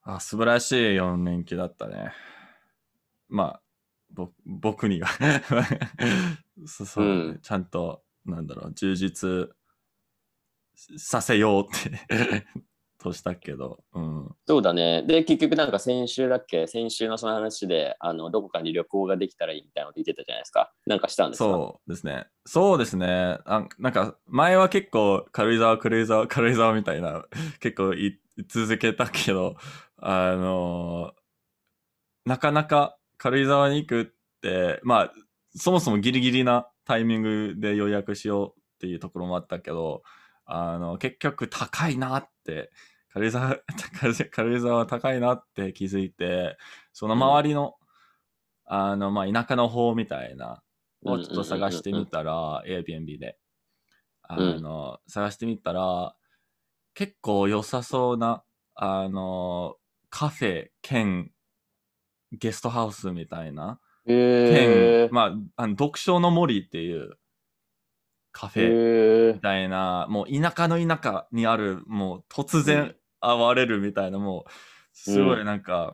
素晴らしい4連休だったね。まあ、僕にはそうだね。ちゃんと、充実させようってとしたけど、 そうだね。で、結局なんか先週のその話で、どこかに旅行ができたらいいみたいなこと言ってたじゃないですか。なんかしたんですか？ そうですね。そうですね。なんか、前は結構、軽井沢みたいな、結構言い続けたけど、なかなか軽井沢に行くって、まあ、そもそもギリギリなタイミングで予約しようっていうところもあったけど、結局高いなって、軽井沢、軽井沢高いなって気づいて、その周りの、まあ、田舎の方みたいな、をちょっと探してみたら、Airbnb で、探してみたら、結構良さそうな、カフェ兼ゲストハウスみたいな、 へえまあ、読書の森っていうカフー、 ェみへえたいな、もう田舎の田舎にある、もう突ー、うん、 然現れるみたいな、もう、すごいうん、 なんか、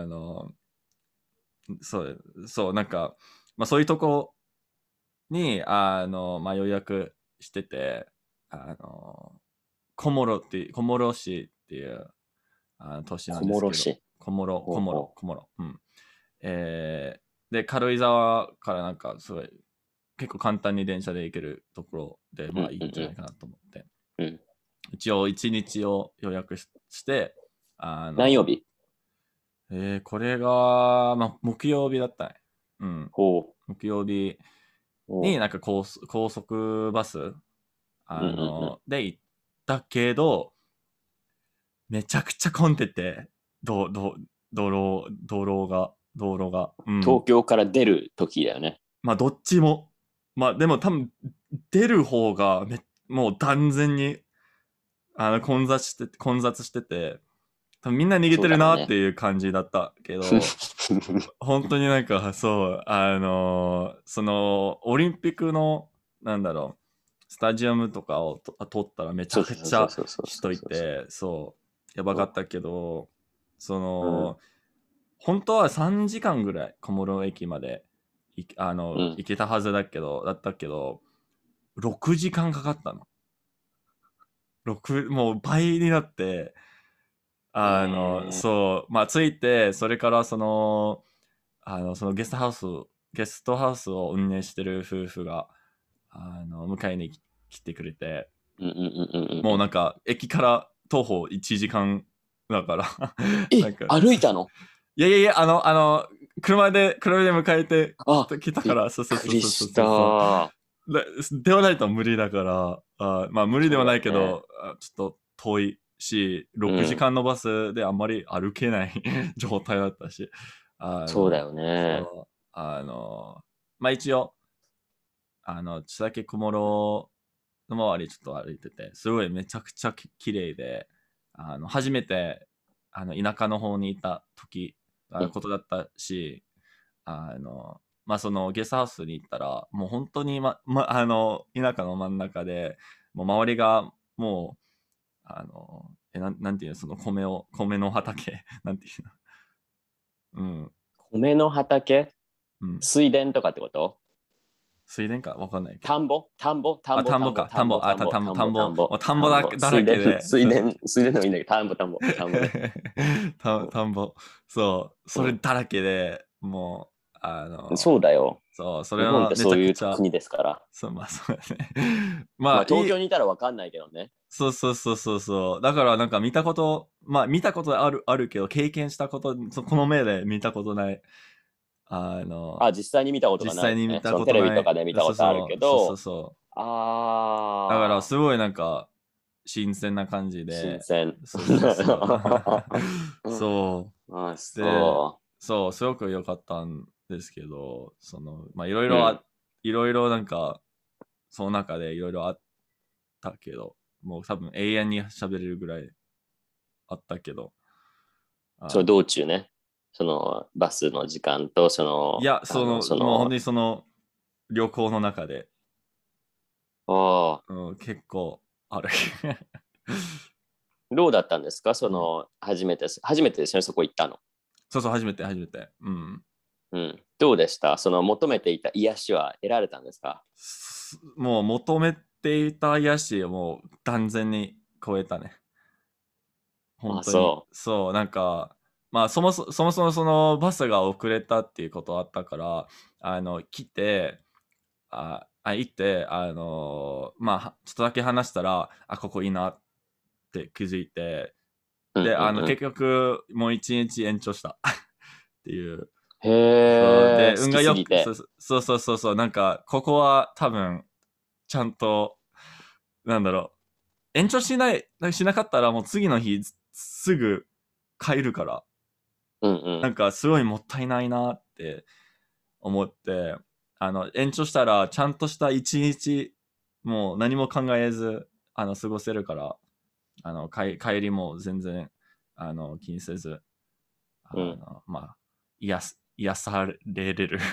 なんか、まあそういうとこに、まあ予約してて、あの、小諸市っていう都市な小んですけど、 諸市。ほうほ小諸。うん。で、軽井沢からなんか、すごい、結構簡単に電車で行けるところで、 う。うまあいいんじゃないかなと思って。 うん。 一応、1日を予約して、あの、 何曜日？ これが、まあ、木曜日だったね。うん。 ほ木曜日う。ほになんか高速バス、 う。うんうんうん。 で行ったけど、めちゃくちゃ混んでて、どど道路が。うん。 東京から出る時だよね。 まあ、どっちも。まあ、でも多分、出る方がもう断然に、混雑してて、多分みんな逃げてるそうだろうね。 なっていう感じだったけど、本当になんか、そう、その、オリンピックの、スタジアムとかを通ったらめちゃそうくちゃそうそうそうそう人いそうそう。 て、そう、やばかったけど、そうん、 の、本当は3時間ぐらい小諸駅までうん。 行けたはずだったけど、6時間かかったの。もう倍になって、 ええまあ、着いて、それからそのゲストハウスを運営してる夫婦が、迎えに来てくれて、 うんうんうんうんうん。 もうなんか、駅から徒歩1時間だからなんか、 歩いたの？ いやいやいや、車で迎えてあ、 来たびっから、そうそうくそうそうりした。 そうそではないと無理だから、まあ無理ではうだないよね。 けど、ちょっと遠いし、6 うん。 時間のバスであんまり歩けない状態だったし、 そうだよね。 そう、まあ一応、ちょっとだけ小諸の周りちょっと歩いてて、すごいめちゃくちゃ綺麗で、初めて、田舎の方にいたうん。 ことだったし、まあ、そのゲストハウスに行ったら、もう本当に、田舎の真ん中で、もう周りが、もう、なんていうの、その米の畑なんていうの、 米の畑？ うん。 水田とかってこと？ 水田かわかんないけど。 田んぼ田んぼ田んぼ田んぼか、田んぼ、田んぼだらけで、 水田でもいいんだけど、田んぼね。 田んぼ。そう、それうだらけで、もう、 ん。そうだよ。 そう、それ日本ってはめちそういうゃくちゃ、 国ですから。 そう、まあそうだね。ままああ、 東京にいたらわかんないけどね。 そう。だからなんか見たことあるけど、経験したこと、この目で見たことない。あの、 あ、実際に見たことが実ないのね。 際に見たそのテレビことない。 とかで見たことあるけど、 そう。だからあー、 すごいなんか、新鮮な感じで、 新鮮。 そう。そあ、 う。で、 そそう、すごく良かったんですけど、まあう。うん。 いろいろなんか、その中でいろいろあったけど、もう多分永遠に喋れるぐらいあったけど、 そのあ道中ね。そのバスの時間と、 いや、もう本当に旅行の中で、 ああ、 結構ある。 どうだったんですか？その、初めてですね、そこ行ったの。 そうそう、初めて、初めて。うん。 うん。どうでした？その求めていた癒しは得られたんですか？ もう求めていた癒しをもう断然に超えたね。本あ、 当に。 そそう、なんか、まあ、そもそもそのバスが遅れたっていうことあったから、来て、行って、まあ、ちょっとだけ話したら、あ、ここいいなって気づいて、 う。うんで、 うんうん。 結局、もう一日延長したっていう。そう、 へえ、 で、 好きす運がよく、 ぎて。 そう、なんか、ここは多分、ちゃんと、なんだろ延長しなかったらもう次の日すぐ帰るから、 うんうん。 なんかすごいもったいないなって思って、延長したらちゃんとした一日、もう何も考えず、過ごせるから、帰りも全然、気にせず、 うん。 まあ、癒されれるから。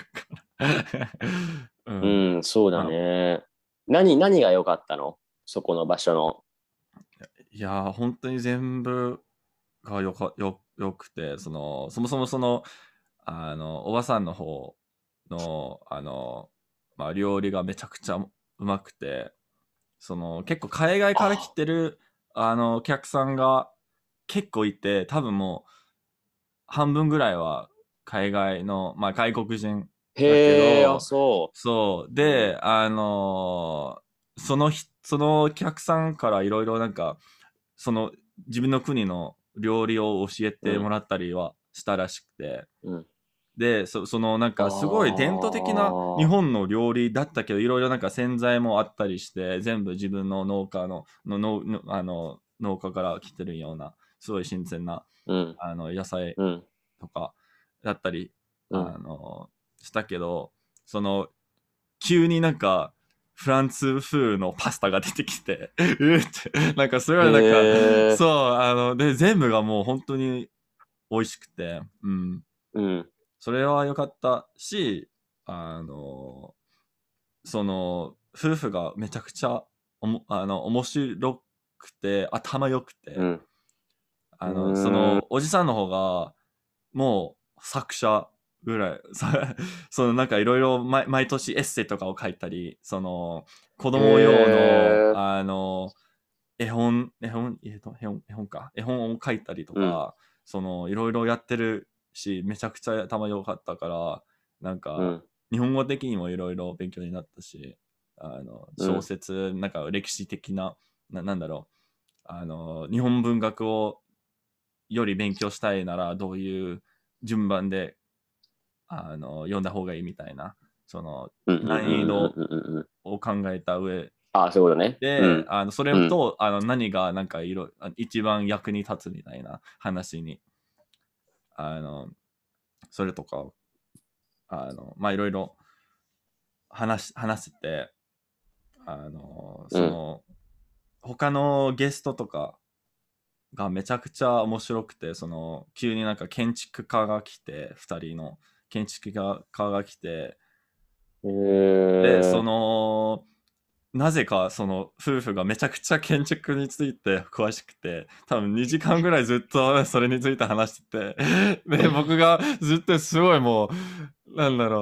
うん。 うん、そうだまあ、 ね。何が良かったの？そこの場所の。 いやー、本当に全部がよくて、そもそもおばさんの方の、まあ、料理がめちゃくちゃうまくて、結構海外から来あ、 てる、お客さんが結構いて、多分もう半分ぐらいは海外の、まあ、外国人だけへえ、あ、 ど、 そそう。 う。うん。 で、そのお客さんからいろいろなんか、その自分の国の料理を教えうん。 てもらったりはしたらしくて、 うん。 で、そのなんあかすごい伝統的な日あ。 本の料理だったけど、いろいろなんか洗剤もあったりして、全部自分の農家の農家から来てるような、すごい新鮮な、 うん。 野菜うん。 とかだったり、 うん。 したけど、急になんか、フランス風のパスタが出てきて、うって、なんかすごへいなんか、 え。 そう、で、全部がもう本当に美味しくて、うん。 うん。 それは良かったし、夫婦がめちゃくちゃ面白くて、頭良くて、 うん。うーん。 おじさんの方が、もう作者ぐらい、なんかいろいろ毎年エッセイとかを書いたり、子へ供用の、 え。 絵本か。絵本を書いたりとうん。 か、いろいろやってるし、めちゃくちゃ頭良かったから、なんか、 うん。 日本語的にもいろいろ勉強になったし、小うん。 説、なんか歴史的な、なんだろう、日本文学をより勉強したいなら、どういう順番で、読んだ方がいいみたいな、 うん。うん。うん。 難易度うん。うん。うん。 を考えた上ああ、そういうことね。うで、 ん。 それうん。 と、何がなんか一番役に立つみたいな話に、あの、それとかを、まあ、いろいろ話してて、 うん。 他のゲストとかがめちゃくちゃ面白くて、急になんか建築家が来て、二人の建築家が来て、 へで、 え。 なぜかその夫婦がめちゃくちゃ建築について詳しくて、多分2時間ぐらいずっとそれについて話してて、で、僕がずっとすごいもう、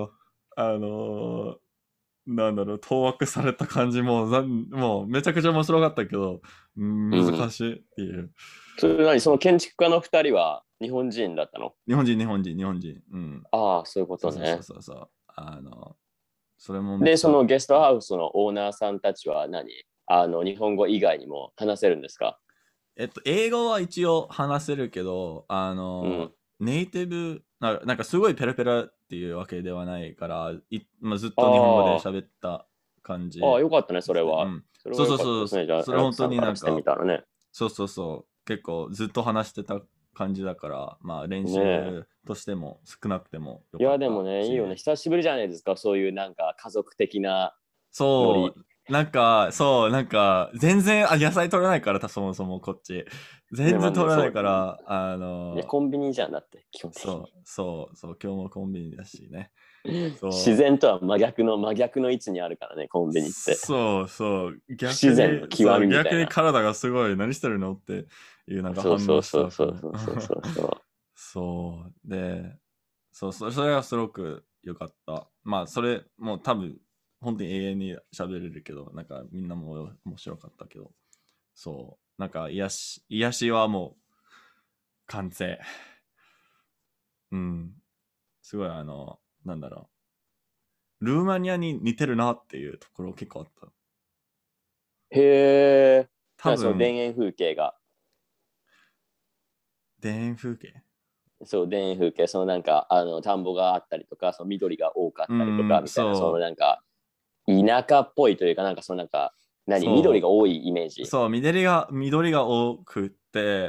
当惑された感じもうめちゃくちゃ面白かったけど、 うん。 難しいっていう。 それ何？その建築家の二人は日本人だったの？ 日本人。うん。 ああ、そういうこそうそうそうとね。 そうそう。それもめっで、 ちゃ、 そのゲストハウスのオーナーさんたちは日本語以外にも話せるんですか？ 英語は一応話せるけど、 うん。 ネイティブなんかすごいペラペラっていうわけではないから、まあ、ずっと日本語であ喋った感あ、ああ、 じよかったね、そですね。うれは。 ん。 それはよそうそうそう。 かったですね。じゃあ、 それ本当アレックさんからしてみになんか、 たらね。 結構ずっと話してた感じだから、まあ練ねえ。 習としても少なくてもよいや、 かったでもね、いいよね。 し、 久しぶりじゃないですか。そういうなんか家族的なノそリ。 なんか、そう、なんか、全然、野菜取れないから、そもそもこっち。全然取れないから、 いや、コンビニじゃんだって、基本的に。 そう、今日もコンビニだしね。 自然とは真逆の位置にあるからね、コンビニって。 逆不自然の極みみたいな。 逆に体がすごい、何してるのっていうなんか反応した。そうで、それがすごく良かった。まあ、それもう多分、本当に永遠に喋れるけど、なんかみんなも面白かったけど、そう、なんか癒しはもう完成。うん。すごいなんだろルーマニアに似てるなっていうところ結構あった。 へえ。 多その田分、 園風景が。 田園風景そう、田園風景、そのなんか、田んぼがあったりとか、その緑が多かったりとか、みたいな、そのなんか、田舎っぽいというか、なんかそのなんか、緑が多いイメージ。 そう、緑が多くって、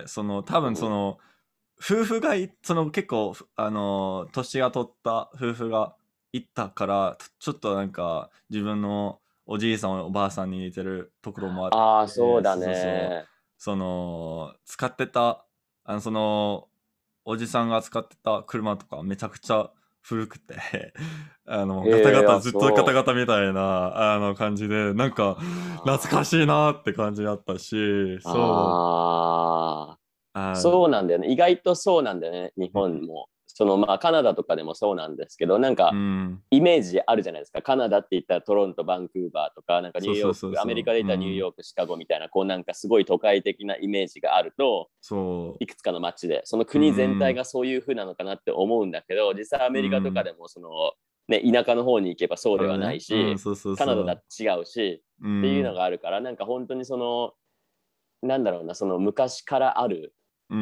多分夫婦が結構、年が取った夫婦がいたから、ちょっとなんか、自分のおじいさん、おばあさんに似てるところもあって、 ああ、そうだね。 使ってた、おじさんが使ってた車とかめちゃくちゃ古くてガタへえ、 ガタ、 あ、 ずっとガタそガタみたいな、感じで、なんか、 う。 懐かしいなって感じだったし、そう、 ああ、 あそうなんだよね。意外とそうなんだよね、日本も。まあ、カナダとかでもそうなんですけど、なんうか、 ん、 イメージあるじゃないですか。カナダって言ったらトロント、バンクーバーとか、なんかニューヨーク、アメリカで言ったらニューうん、 ヨーク、シカゴみたいな、こうなんかすごい都会的なイメージがあると、 そいくつかの街で、そのう、う国全体ん、 がそういう風なのかなって思うんだけど、実際アうメリカとかん、 でも、ね、田舎の方に行けばそうではないうん、 し、カナダだって違うし、 うっていうのん、 があるから、なんか本当になんだろうな、その昔からあるうん、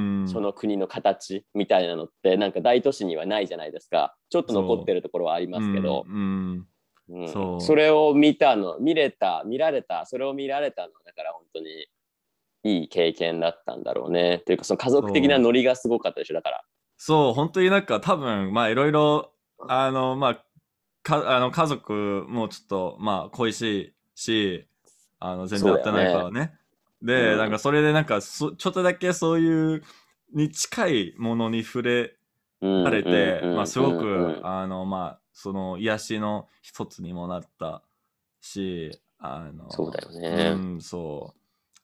その国の形みたいなのってなんか大都市にはないじゃないですか。ちょっと残ってるところはありうん、 ますけど、 うん、 うん、そそれを見られた、それを見られたのだから本当にいい経験だったんだろうね。っていうかその家族的なそう、 ノリがすごかったでしょ、だから。 本当になんか多分、まあいろいろ、まあ、家族もちょっと、まあ恋しいし、全然そう会ってないかだよね。 らね。で、なんかうん。 それでなんかちょっとだけそういうに近いものに触れらうんうんうれて、まあんうすごく、 んうん。 まあ、その癒しの一つにもなったし、 そうだようね。 そう。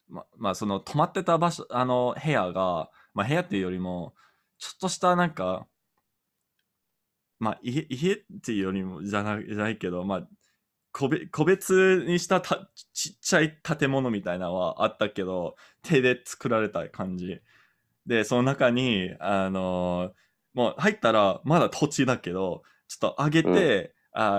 まあ、泊まってた場所、部屋が、まあ部屋っていうよりも、ちょっとしたなんか、まあ家っていうよりもじゃないけど、まあ、個別にしたちっちゃい建物みたいなのはあったけど、手で作られた感じ。で、その中に、もう入ったらまだ土地だけど、ちょっと上げうん。 て、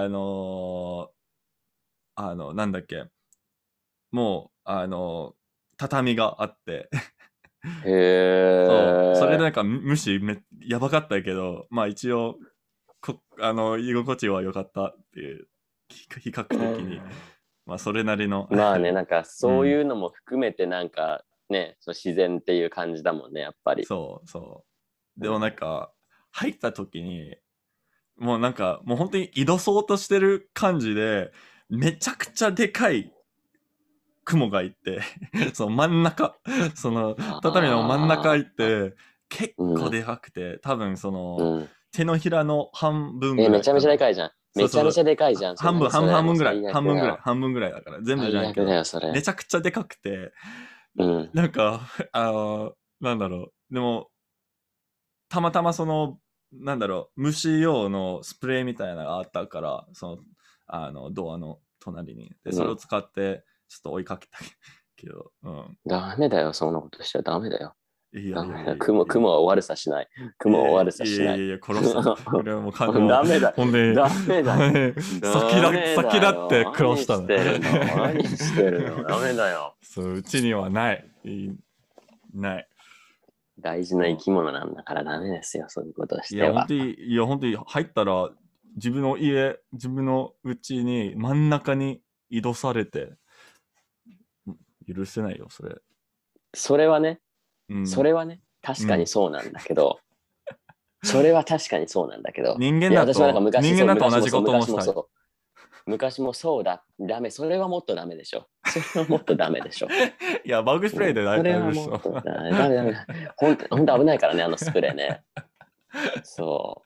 なんだっけ、もう、畳があってへそう、それでえ。 なんか虫やばかったけど、まあ一応、居心地は良かったっていう、比較的に、まあそれなりのまあね、なんかうん、 そういうのも含めてなんかね、その自然っていう感じだもんね、やっぱり。 そう。でもなんうん。 か、入った時に、もうなんか、もう本当に移動そうとしてる感じで、めちゃくちゃでかい雲がいてその真ん中、その畳の真ん中あ行って、結あ、うん、 構でかくて、多分うん。 手のひらの半分ぐめちゃめらいかな。 ちゃでかいじゃん。めちゃめちゃそうそうそう。 でかいじゃん。それ半何それもう分ぐらい、 最悪だよ。 半分ぐらいだから、全部じゃないけど、 最悪だよ、それ。 めちゃくちゃでかくて、 うん。 なんか、なんだろう、でも、たまたまなんだろう、虫用のスプレーみたいなのがあったから、ドアの隣に。で、それをうん。 使って、ちょっと追いかけたけど、うん。 ダメだよ、そんなことしちゃダメだよ。 いやダメだよ。 いやいやいやい雲は悪さしない。雲は悪さしない。 殺した。これはもうもう、 ダメだ。 ほんで、 ダメだよ。ダメ先だってだよ。 殺したの。 何してるのダメだよ。 そう、うちにはない。ない。 大事な生き物なんだからダメですよ、そういうことをしいや、 ては。 本当に入ったら、自分の家に真ん中に移動されて、許せないよ、それ。 それはね、 うん。 確かにうん。 そうなんだけど、それは確かにそうなんだけど、いや、 人間だ私はなんかと、人間だと同じこともしたい。 昔もそう。 昔もそうだ、ダメ、それはもっとダメでしょ。それはもっとダメでしょ。 いや、バグスプレーでそれは大丈夫でしょ。 もっとダメ、ダメ、ダメ。ほんと危ないからね、あのスプレーね。そう。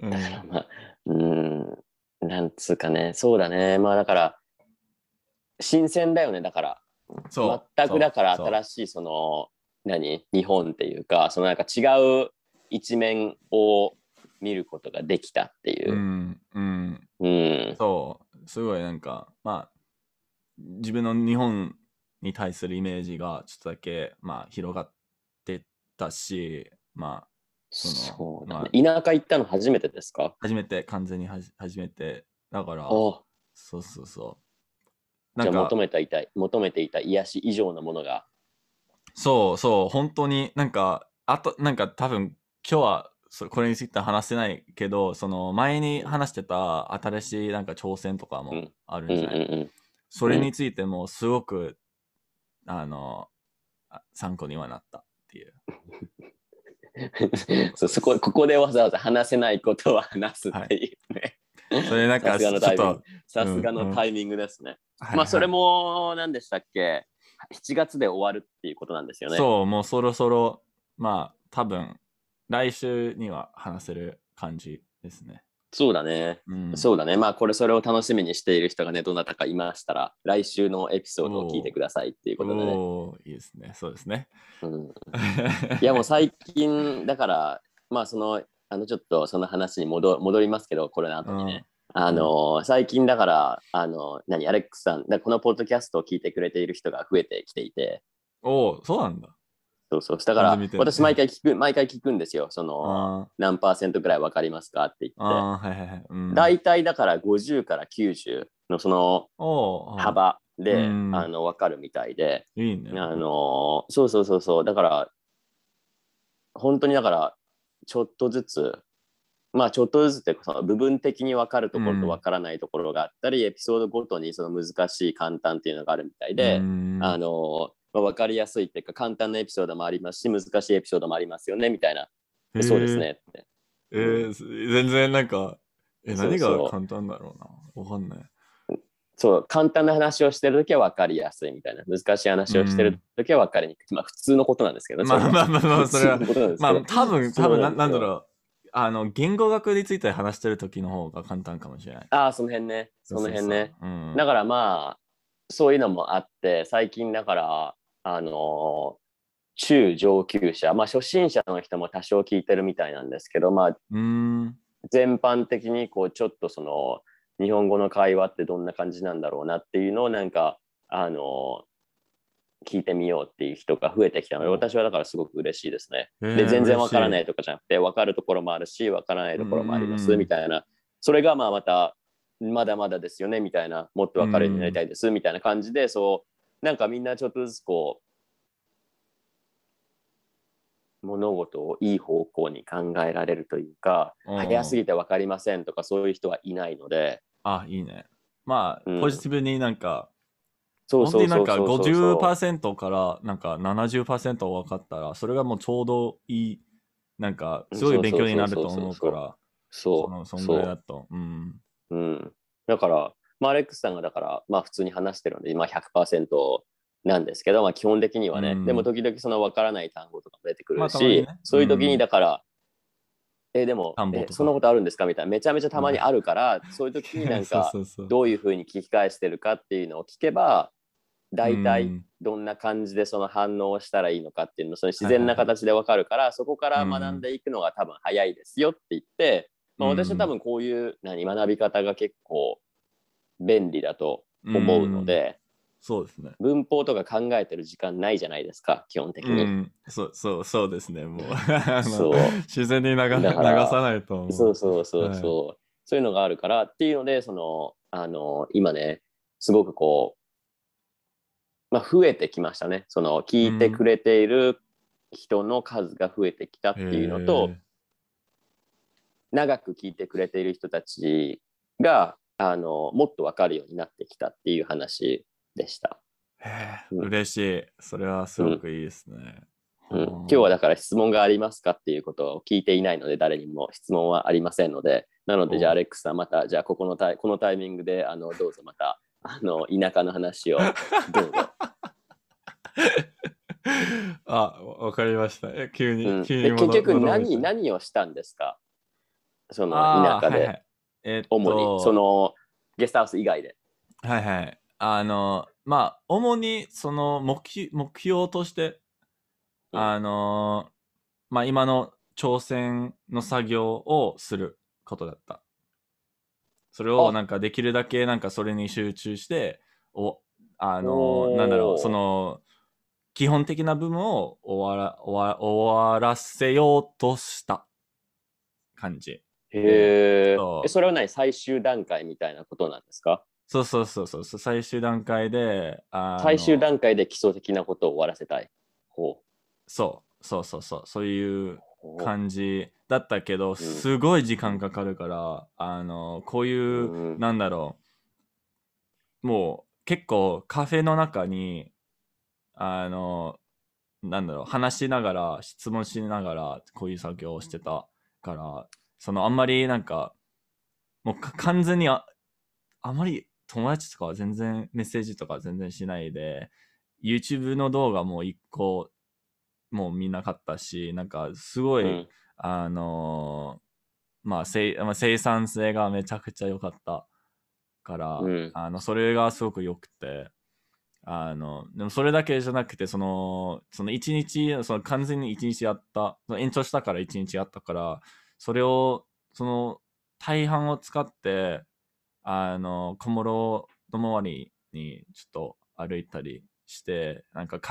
うん、 だからまあ、なんつうかね、そうだね。まあだから、新鮮だよね、だから。 そう全くだからそう新しいその日本っていうかそのなんか違う一面を見ることができたっていうう、 んうんうんそうすごいなんかまあ自分の日本に対するイメージがちょっとだけまあ広がってたし、まあそうだまあね。田舎行ったの初めてですか？ 初めて完全に初めてだからおそうそうそうなじゃあんか求めていた癒し以上のものが。 そうそう本当になんかあとなんか多分今日はこれについては話してないけどその前に話してた新しいなんか挑戦とかもうんあるうんんじゃない、 うんそれうんについてもすごく参考にはなったっていう。 そうここでわざわざ話せないことは話すっはい。 ていうね。 それなんかさすがのちょっと、 さすがのタイミングですね。 はいはい。 まあそれも何でしたっけ？7月で終わるっていうことなんですよね。 そう、もうそろそろ、まあ多分来週には話せる感じですね。 そうだね。そうだね。まあ、それを楽しみにしている人がね、どなたかいましたら、来週のエピソードを聞いてくださいっていうことでね。 おー、いいですね。そうですね。 いや、もう最近、だから、まあ、ちょっとその話に戻りますけど、コロナ後にね。最近だから、アレックスさん、このポッドキャストを聞いてくれている人が増えてきていて、 おー、そうなんだ。 そう。だから、私毎回聞くんですよ。何%くらい分かりますかって言って。 はいはいはい。 大体だから50から90のその幅で、分かるみたいで。 いいね。 そう。だから、本当にだから、ちょっとずつっていうか、その部分的に分かるところと分からないところがあったり、エピソードごとにその難しい、簡単っていうのがあるみたいで、分かりやすいっていうか、簡単なエピソードもありますし、難しいエピソードもありますよね、みたいな。そうですねって。 全然なんか、何が簡単だろうな。わかんない。 そう、簡単な話をしてるときは分かりやすいみたいな。難しい話をしてるときは分かりにくい。まあ、普通のことなんですけどね。 まあ、それは。まあ、多分なんだろう。言語学について話してる時の方が簡単かもしれない。 ああ、その辺ね。だからまあ、そういうのもあって、最近だから、中上級者、まあ初心者の人も多少聞いてるみたいなんですけど、まあ、全般的にこう、ちょっとその、日本語の会話ってどんな感じなんだろうなっていうのをなんか、聞いてみようっていう人が増えてきたので、私はだからすごく嬉しいですね。で、全然わからないとかじゃなくて、わかるところもあるし、わからないところもありますみたいな、それがまあまた、まだまだですよねみたいな、もっとわかるようになりたいですみたいな感じで、なんかみんなちょっとずつこう、物事をいい方向に考えられるというか、早すぎて分かりませんとかそういう人はいないので。 いいね。まあ、ポジティブになんか、 本当になんか 50% からなんか 70% 分かったら、それがもうちょうどいい、なんか、すごい勉強になると思うから、そんぐらいだと。 だから、アレックスさんがだから、まあ普通に話してるので、まあ100%なんですけど、まあ基本的にはね、でも時々その分からない単語とかも出てくるし、そういう時にだから、でも、そんなことあるんですかみたいな、めちゃめちゃたまにあるから、そういう時になんか、どういうふうに聞き返してるかっていうのを聞けば、大体どんな感じでその反応をしたらいいのかっていうのをその自然な形で分かるから、そこから学んでいくのが多分早いですよって言って、私は多分こういう学び方が結構便利だと思うので、 そうですね。 文法とか考えてる時間ないじゃないですか、基本的に。 そうですね。もう自然に流さないと思う。 そういうのがあるからっていうので、今ね、すごくこう、増えてきましたね。その聞いてくれている人の数が増えてきたっていうのと、長く聞いてくれている人たちがもっと分かるようになってきたっていう話でした。 嬉しい。それはすごくいいですね。 今日はだから質問がありますかっていうことを聞いていないので、誰にも質問はありませんので、 なので、 おじゃあ、アレックスさん、また、じゃあ、このタイミングで、どうぞまた、田舎の話を、どうぞ。 あ、わかりました。 うん。で、 急に結局めた。 何をしたんですか？そのああ、 田舎で、 はいはい。 主に、その、ゲストハウス以外で。 はいはい。まあ、主にその目標として、 うん。 まあ、今の挑戦の作業をすることだった。それをあ、 なんかできるだけなんかそれに集中して、お、なんだろう、そおー。 の、基本的な部分を終わらせようとした感じで、 へえ。 そうそれは何最終段階みたいなことなんですか？ 最終段階で、 最終段階で基礎的なことを終わらせたい。ほそういうう。 感じだったけど、 うん。 すごい時うん。 間かかるから、こういう、 うん。 なんだろう、もう結構カフェの中に、あの、なんだろう、話しながら、質問しながら、こういう作業をしてたから、あんまりなんか、もう完全にあまり友達とかは全然メッセージとか全然しないで、YouTube の動画も一個もう見なかったし、なんかすごい、 うん。 あのまあ、生産性がめちゃくちゃ良かったから、 うん。 それがすごく良くて、でもそれだけじゃなくて、その一日、その完全に一日やった、その延長したから一日やったから、それを、その大半を使って、小諸の周りにちょっと歩いたりして、なんか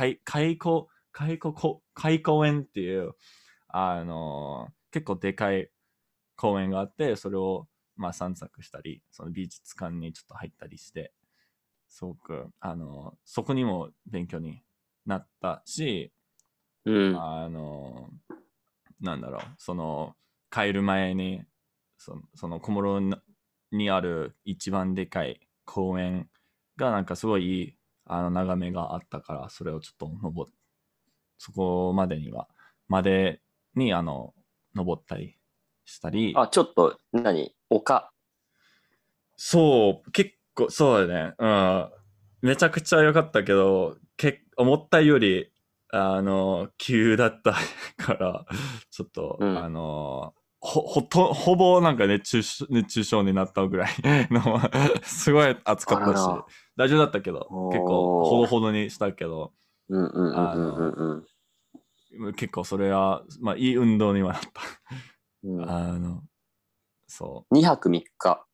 開公園っていう、結構でかい公園があって、それをまあ散策したり、その美術館にちょっと入ったりして、すごく、そこにも勉強になったし、 うん。 あの、なんだろう、帰る前に、その小諸にある一番でかい公園がなんかすごいいい、眺めがあったから、それをちょっとそこまでには、までに、登ったりしたり、 あ、ちょっと、丘。 そう、結構、そうだね。うん。めちゃくちゃ良かったけど、思ったより、急だったから、ちょっと、 うん。 ほぼなんか熱中症になったぐらいの、すごい暑かったし、 あらら。 大丈夫だったけど、結構、ほどおー。 ほどにしたけど、 うんうんうんうんうんあの、 うん。 結構それは、まあ、いい運動にはなった。 うん、 あの、そ 2泊3日。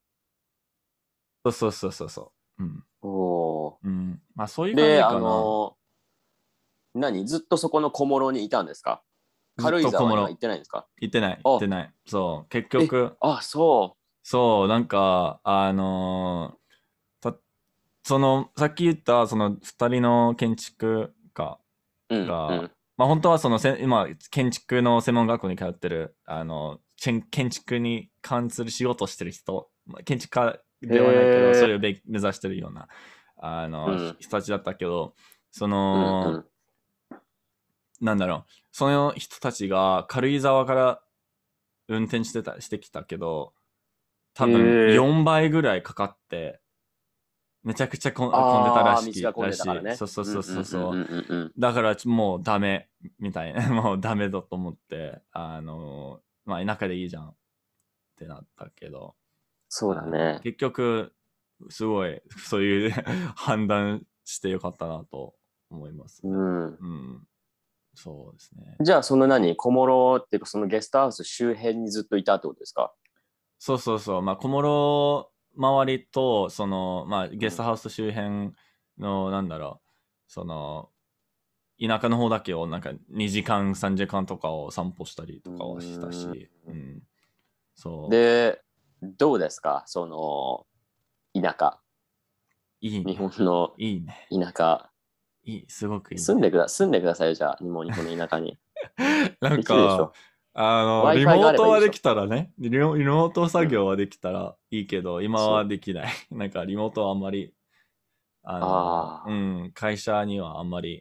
そう。うん。 おうん。まあ、そういう感で、 じかな。 ずっとそこの小諸にいたんですか？ ずっ軽井沢には行と小諸。 ってないんですか？ 行っあ、 てない。そう。結局、 そそう、なんか、たさっき言った、その二人の建築家う。うん、うが、 ん。 まあ本当は今、建築の専門学校に通ってる、建築に関する仕事をしてる人、まあ建築家へではないけど、それをえ。 目指してるような、 うん、 人たちだったけど、 うん、うん。 なんだろう、その人たちが軽井沢から運転してきたけど、 へ多分え。 4倍ぐらいかかって、めちゃくちゃ混んでたああ、道が混んらしい。 でたからね。うん、うん、うん、うん、 そう。 うんうん。 だからもうダメみたいな、もうダメだと思って、まあ田舎でいいじゃんってなったけど、 そうだね。 結局、すごい、そういう判断してよかったなと思いますうね。 ん。 うん。そうですね。 じゃあ、その小諸っていうか、そのゲストハウス周辺にずっといたってことですか？ そう。まあ、小諸周りと、まあ、 うん。 ゲストハウス周辺の、なんだろう、田舎の方だけをなんか2時間、3時間とかを散歩したりうとかはしたーん。 し、うん。そで、どうですかその、田舎。日いいね。 本のいいね。 田舎。 すごくいいね。 住んでくださいよ、じゃあ、日本の田舎に。 なんできるでしか、 ょ。 リ Wi-Fi があればいいでしょ。 モートはできたらね、リモート作うん。 業はできたらいいけど、今はそう。 できない。なんか、リモートはあんまり、うああ、 ん、会社にはあんまり、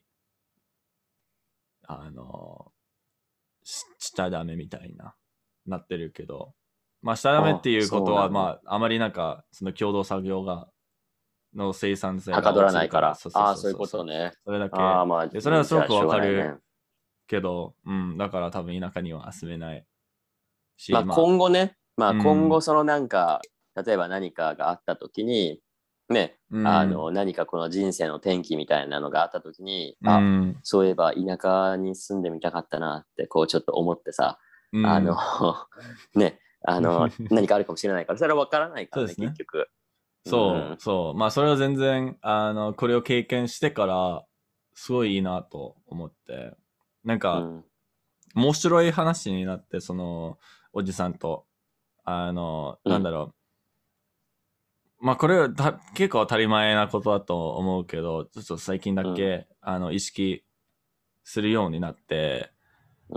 あの、しちゃダメみたいな、なってるけど、 まあ、したためっていうことは、 そうなんだ。 まあ、あまりなんか、その共同作業の生産性はかがどらないから。 そうそうああ、そういうそうそうそう。 ことね。 それだけ。 ああ、まあ、 で、それはすじゃあ、 ごくわしょうがかるないね。 けど、うん、だから多分田舎には住めないし、 まあ、 まあ、 今後ね、まあ、今うん、 後、そのなんか、例えば何かがあったときに、ね、 うん、 何かこの人生の転機みたいなのがあったときに、 うん、 そういえば田舎に住んでみたかったなって、こうちょっと思ってさ、あの、 うん。 ね、何かあるかもしれないから、それは分からないからね、 そうですね。 結局。うん、 そう、そう。まあ、それは全然、これを経験してから、すごいいいなと思って、なんか、 うん、 面白い話になって、おじさんと、 うん、 なんだろう。まあ、これは結構当たり前なことだと思うけど、ちょっと最近だうん、 け、意識するようになって、 うん、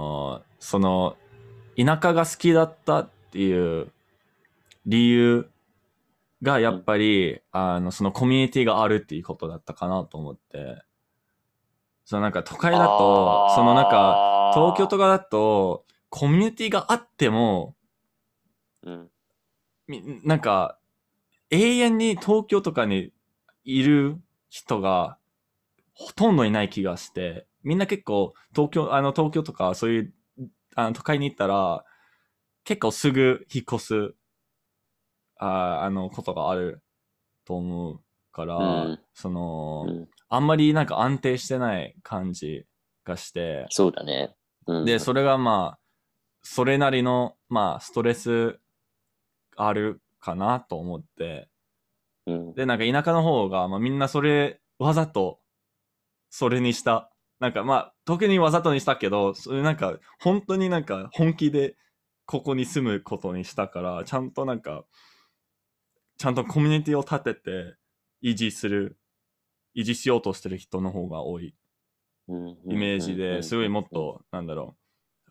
田舎が好きだったっていう理由がやっうん。 ぱり、そのコミュニティがあるっていうことだったかなと思って、なんか都会だと、なんか東京ああ、 とかだと、コミュニティがあっても、 うん、 なんか永遠に東京とかにいる人がほとんどいない気がして、みんな結構東京とかそういう、都会に行ったら、結構すぐ引っ越す、ことがあると思うから、 うん、うん。 あんまりなんか安定してない感じがして、 そうだね。うで、 ん、 それがまあ、それなりの、まあ、ストレスあるかなと思って、 うん。 で、なんか田舎の方が、まあみんなわざと、それにした。なんかまあ、特にわざとにしたけど、それなんか、本当になんか本気でここに住むことにしたから、ちゃんとコミュニティを立てて維持する、維持しようとしてる人の方が多いうん、うん、 イメーうん、うジで、 ん、 すごいうん。うん。 もっと、なんだろう、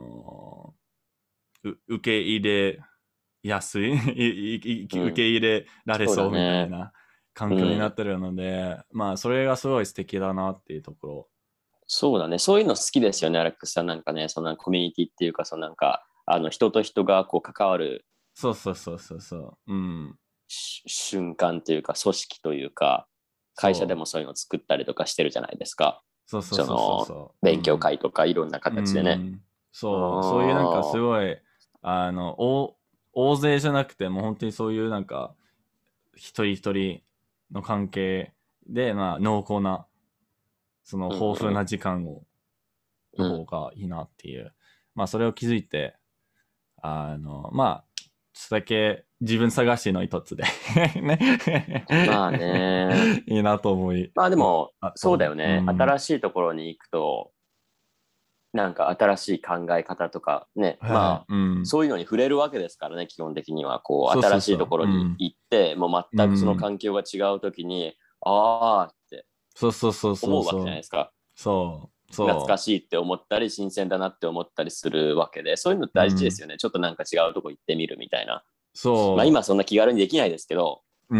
受け入れやすい受けうん。 入れられそうそうみたいだね。 な環境になっうん。 てるので、まあ、それがすごい素敵だなっていうところ。 そうだね。そういうの好きですよね、アレックスさん。なんかね、そのコミュニティっていうか、そのなんか、人と人がこう関わるそうそうそうそうそう。うん。 瞬間というか、組織というか、会社でそう。 もそういうのを作ったりとかしてるじゃないですか。 そうそうそうそうその、 そう。う勉強ん。 会とかいろんなう形でね。 ん。そう。そういうなんかすああ、 ごい、あの、大大勢じゃなくても本当にそういうなんか、一人一人の関係で、まあ、濃厚な、 うん豊富うんな時間の方うん。 がいいなっていう。まあ、それを気づいて、まあ、ちょっとだけ自分探しの一つでねまあね。 いいなと思い、 まあでも、 あと、 そうだよね。 うん、 新しいところに行くと、なんか新しい考え方とかね、 はい、 まあ、 うん、 そういうのに触れるわけですからね、基本的には。こう、 そうそ新うそう、 しいところにうん、 行って、もう全くそのうん、 環境が違うときに、ああってそうそうそうそう思うわけじゃそう、 ないですか。 そう、 懐かそしいって思ったり、新鮮だなって思ったりするわけで、そういうのう、うん、 大事ですよね。ちょっとなんか違うとこ行ってみるみたいな。まあそ今そんな気軽にできないですけど、 う、うん、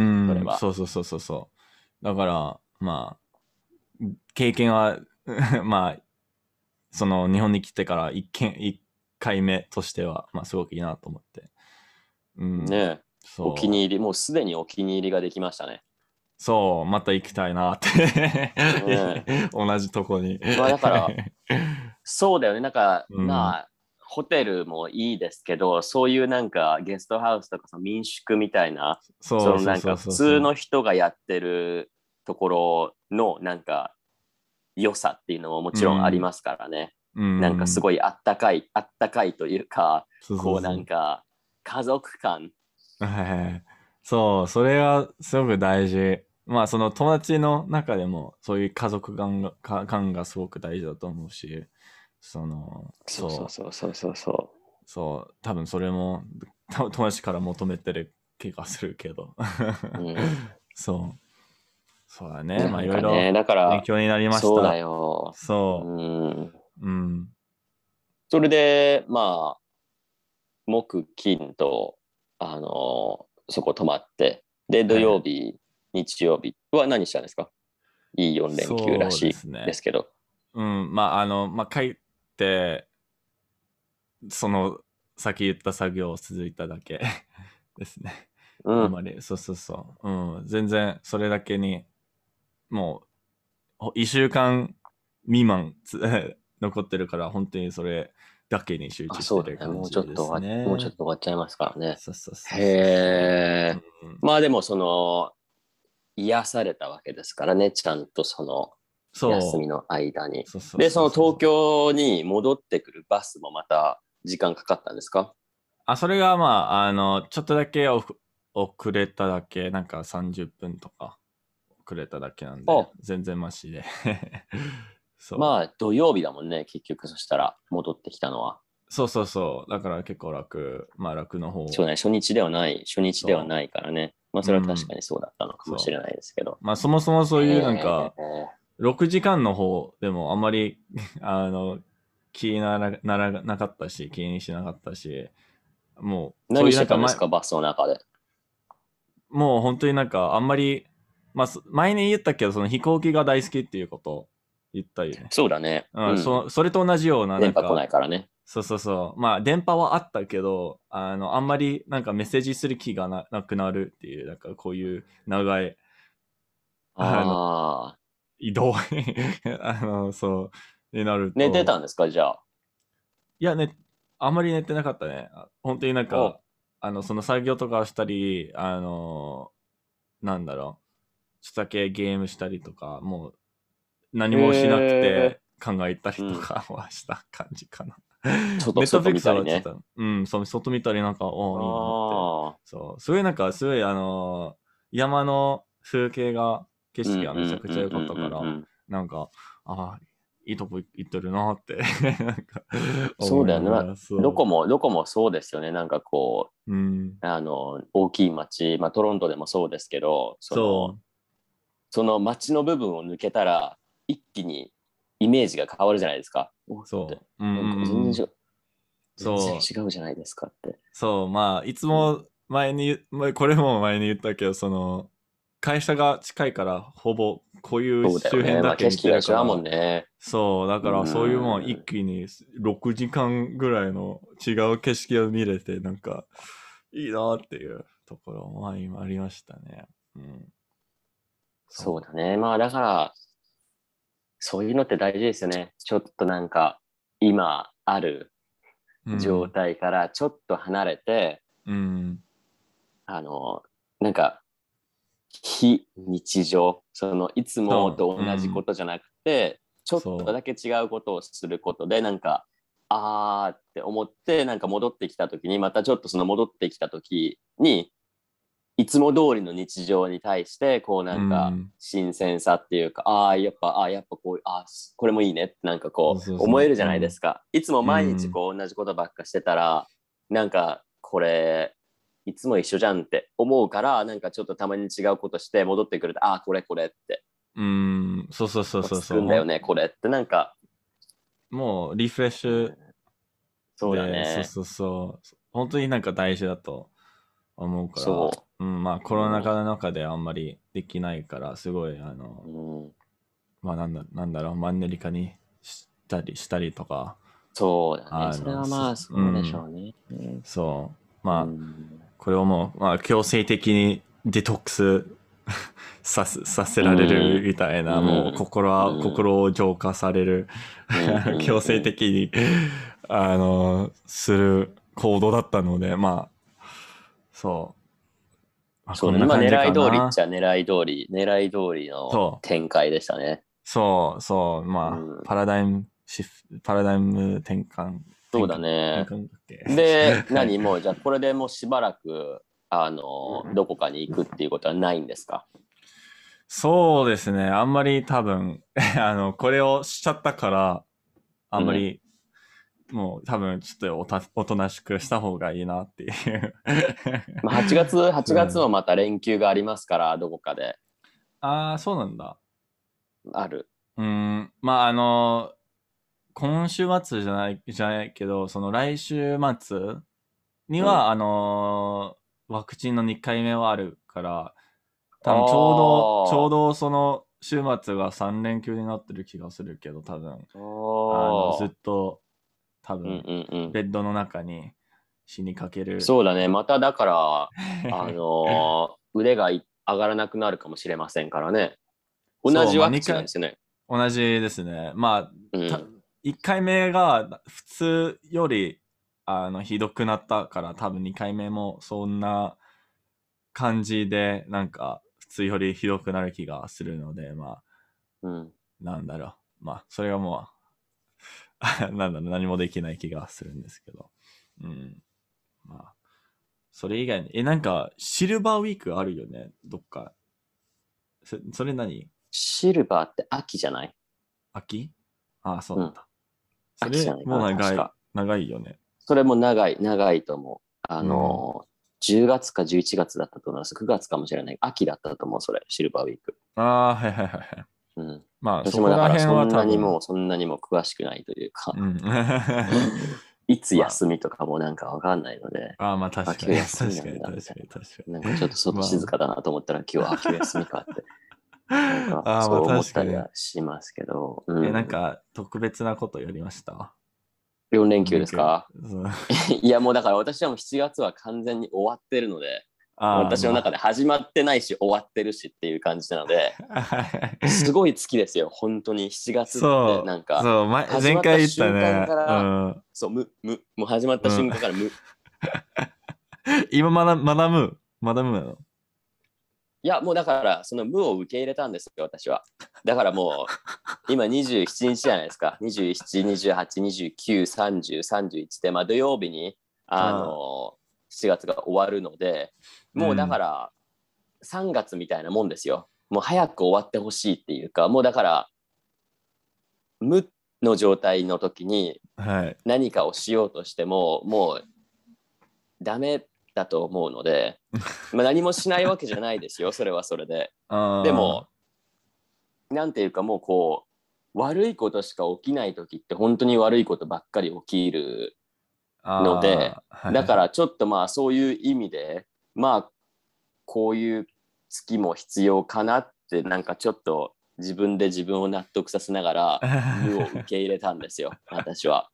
それは。 そうそうそうそうそう。だから、まあ、経験はまあ、日本に来てから一回目としては、まあ、すごくいいなと思って。うん。 ねえ。お気にそう。 入り、もうすでにお気に入りができましたね。 そう、また行きたいなってねえ。 同じとこにまあだから、そうだよね。なんか、 うん。 まあ、ホテルもいいですけど、そういうなんかゲストハウスとかその民宿みたいな、そそうそうそうのなんか普そうそ通の人がやってるところのなんか良さっていうのももう。うちろんありん。 ますからね。 うなんかすん。 ごいあったかいというか、 そうそこうなうそう。 んか家族感。 はい。そう、それがすごく大事。まあ、その友達の中でも、そういう家族感がすごく大事だと思うし、 そうそうそうそうそうそ多分それも友達から求めてる気がするけど。 う。うん。 そう。そうだね。まあ、 ないろいろんかね、だか勉ら、 強になりましそうだた。 よ。 そうん。 う。うん。 それで、まあ、木、金と、そこ泊まって、で、土はい。 曜日、日曜日は何したんですか？いい4連休らそうしいですね。 ですけど。 うん。まあ、帰って、その、 さっき言った作業を続いただけですね。 うん。 あんまり、そうそうそう。うん。全然、それだけに、もう、1週間未満残ってるから、本当にそれだけに集あ、 中してそうだね。 る感じですもうちょっね。 と終わっちゃいますからね。 そうそうそうそうそう。うへえ。 ん、 まあでも癒されたわけですからね。ちゃんと休みその間に。 う。そうそうで、 そうそう東そう。 京に戻ってくるバスもまた時間かかったんですか？ あ、それがまあ、ちょっとだけ遅れただけ、なんか30分とか遅れただけなんで、 あ、 全然マシで。そう。 まあ土曜日だもんね。結局そしたら戻ってきたのは。 そうそうそう。だから結構楽、まあ楽の方。 そうね。初日ではそないからね。まあう。うそれは確かん。 にそうだったのかもしれそないですけど。 う。まあそもそもそうへいうなんか、 え。 6時間の方でもあんまり気になかったし、気にしなかったし、もう、そう何していうなんか、 たんですかバスの中で。 もう本当になんかあんまり、まあ、前に言ったけど、その飛行機が大好きっていうことを言ったよね。 そうだね。 うん、 うん。 それと同じような、な電波来なんか、 いからね。 そうそうそう。まあ、電波はあったけど、あんまりなんかメッセージする気がなくなるっていう、なんかこういう長い、あの、 ああ。 移動そう、になる寝てたと、 んですかじゃあ。 いやね、あんまり寝てなかったね。本当になんお、 か、その作業とかしたり、なんだろう、ちょっとだけゲームしたりとか、もう何へもしなくえ。 て考えたりうん。 とかはした感じかな。 外ネットフリックス見たりね。 はちょっと、うん、そう、外見たりなんか、おいいなって。 ああ。 そう、すごいなんか、すごい山の風景が、景うんうん色がめちゃくちゃ良かったうんうんから、 うんうん。 なんか、ああ、いいとこ行ってるなってなんかそうだよね。 思いながら、そう。 どこもそうですよね。なんかうん。 大きい街、まあトロントでもそうですけど、 そその街の部分を抜けたら、一気にイメージが変わるじゃないですか。おう、 って、 そう。うんうなんかんうん。 全然そう。 違うじゃないですかって。 そう、まあ、いつうん、 もこれも前に言ったけど、会社が近いから、ほぼこういう周辺そうだよね。まあ景だけ見て色が違うもるから、 んね。 そう、だうからそういうもう一ん。 気に6時間ぐらいの違う景色を見れて、なんか、いいなっていうところも今ありましたね。うん。そそうだね。まあだから、そういうのって大事ですよね。ちょっとなんか、今あるう。う状ん。 態からちょっと離れて、 うん。 あの、なんか、非日常、いつもそう。 と同じこうん。 とじゃなくて、ちょっとそだけ違うことをすることで、なんか、あーって思って、なんか戻ってきた時に、またちょっとその戻ってきた時に、いつも通りの日常に対して、 う。うなんか、 ん。 新鮮さっていうか、やっぱこう、これもいいねってなんかそうそうそ思えるじゃう。うないですん。 か。いつもう毎日ん。 同じことばっかしてたら、なんか、これ、いつも一緒じゃんって思うから、なんかちょっとたまに違うことして戻ってくると、これって、 うん。そうそうそうそうそう。 落ち着くんだよね、これってなんか、 もうリフレッシュうん、そうだで、そうね。 そうそう。本当になんか大事だと思うから、 そうん、まあコう。 ロナうん、 禍の中であんまりできないから、すごい、 うん、 まあなんだろう、マンネリ化にしたりとか、 そうだね。それはまあうそうでしょん、 うね。 そう。 うまあ、 ん、 これをもう、まあ強制的にデトックスさせうられるん、 みたいな、もううん、うん、 心を浄化されるうん、う強ん、う制ん。 的に、する行動だったので、まあ、そう。まあ、 そうね。 こんなまあ感じか狙い通りっちな。 ゃ狙い通りのそう。 展開でしたね。 そう。 うまあ、 ん。 パラダイムそうだね。 転換だっけ。 で、 はい。 もうじゃあこれでもうしばらく、どこかに行くっていうことはないんですか？ そうですね。あんまり多分、これをしちゃったから、あうん。 んまり、もう多分、ちょっとおとなしくした方がいいなっていうまあ8月もまた連休がありますから、どこかでああ、そうなんだ。 ある。 まあ、今週末じゃないけど、その来週末にうん。 は、ワクチンの2回目はあるから、 あ多分ちょうあ。 どその週末が3連休になってる気がするけど、多分、 あずっあ。 と、多うん分、 うんうん。 ベッドの中に死にかける。 そうだね。まただから、腕が上がらなくなるかもしれませんからね。同じワクチンなんですよね。 同じですね。まあ、 うん、 1回目が普通よりひどくなったから、多分2回目もそんな感じで、なんか普通よりひどくなる気がするので、まあ、なんだろう。まあ、それがもう、なんだろう、何もできない気がするんですけど。うん。まあ、それ以外に、なんか、シルバーウィークあるよね、どっか。それ何？ シルバーって秋じゃない？ 秋？ああ、そうなんだ。そ秋じゃれもないかな、確か。 長いよね。 それも長いと思う。10月か11月だったと思います。9月かもしれない。秋だったと思う、それ、シルバーウィーク。 ああ、はいはいはいはい。 うん。 まあ、そ私もだからこら辺は多分、 そんなにも詳しくないというか、 うん。 いつま休みとかもなんかわかんないので、 あ、まあ確かに、 今日休み確かに、 なんだみ確かに、 たいな。 確かなんかちょっとに。 外静かだなと思ったら今日休みかって、なんかああ、まあそう思っ確かに。 たりはしますけど、 なんか、特別なことやりました？ 4連休 4連休。 ですか？ そう。 いやもうだから私はもう7月は完全に終わってるので、 ああ、 私の中で始まってないし終わってるしっていう感じなので、すごい好きですよ、本当に。7月ってそう、 なんか、 そう、 始まった前回言った瞬間かね。うら、 ん。 そう、もう始まったうん。 瞬間から今学ぶの？ いや、もうだから、その無を受け入れたんですよ、私は。だからもう、今27日じゃないですか。27、28、29、30、31で、まあ土曜日に、 ああ、 7月が終わるので、もうだかうん。 ら、3月みたいなもんですよ。もう早く終わってほしいっていうか、もうだから、無の状態の時にはい。 何かをしようとしても、もうダメだと思うので、まあ、何もしないわけじゃないですよ、それはそれで。でも、 あなんていうかもうこう、悪いことしか起きない時って本当に悪いことばっかり起きるので、 あ、はいはいはい。 だからちょっとまあそういう意味で、まあこういう月も必要かなってなんかちょっと自分で自分を納得させながら無を受け入れたんですよ、私は。